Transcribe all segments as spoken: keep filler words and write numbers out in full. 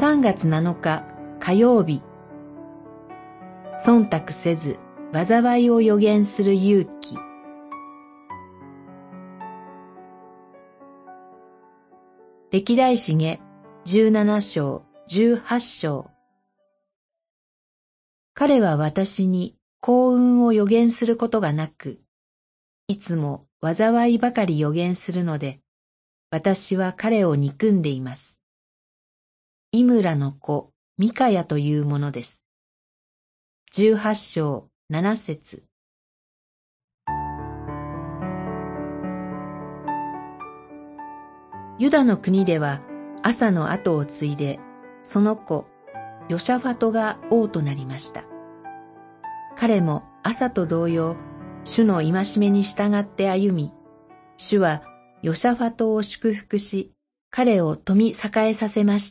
さんがつなのか火曜日。忖度せず災いを予言する勇気。歴代史下じゅうなな章じゅうはち章。彼は私に幸運を予言することがなく、いつも災いばかり予言するので、私は彼を憎んでいます。イムラの子ミカヤというものです。じゅうはち章なな節。ユダの国ではアサの後を継いで、その子ヨシャファトが王となりました。彼もアサと同様、主の戒めに従って歩み、主はヨシャファトを祝福し、彼を富栄えさせました。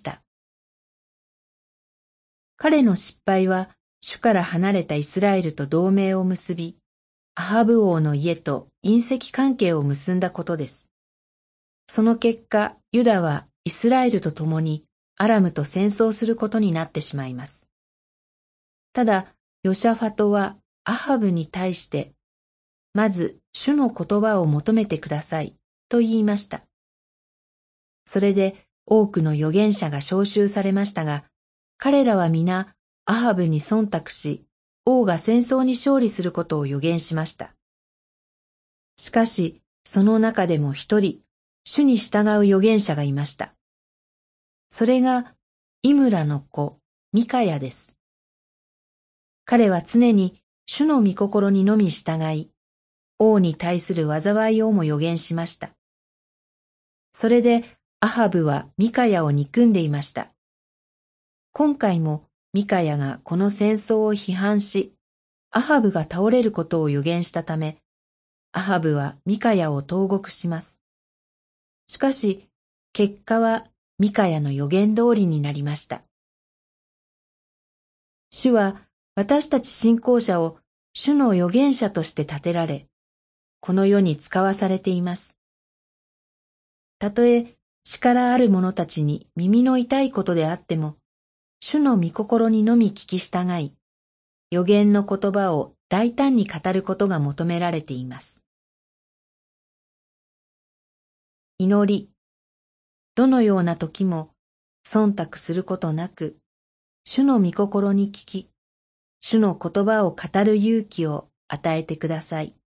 彼の失敗は、主から離れたイスラエルと同盟を結び、アハブ王の家と姻戚関係を結んだことです。その結果、ユダはイスラエルと共にアラムと戦争することになってしまいます。ただ、ヨシャファトはアハブに対して、まず主の言葉を求めてくださいと言いました。それで多くの預言者が召集されましたが、彼らは皆アハブに忖度し、王が戦争に勝利することを予言しました。しかし、その中でも一人、主に従う預言者がいました。それが、イムラの子、ミカヤです。彼は常に主の御心にのみ従い、王に対する災いをも予言しました。それで、アハブはミカヤを憎んでいました。今回もミカヤがこの戦争を批判し、アハブが倒れることを予言したため、アハブはミカヤを投獄します。しかし、結果はミカヤの予言通りになりました。主は私たち信仰者を主の預言者として立てられ、この世に使わされています。たとえ力ある者たちに耳の痛いことであっても、主の御心にのみ聞き従い、預言の言葉を大胆に語ることが求められています。祈り。どのような時も忖度することなく、主の御心に聞き、主の言葉を語る勇気を与えてください。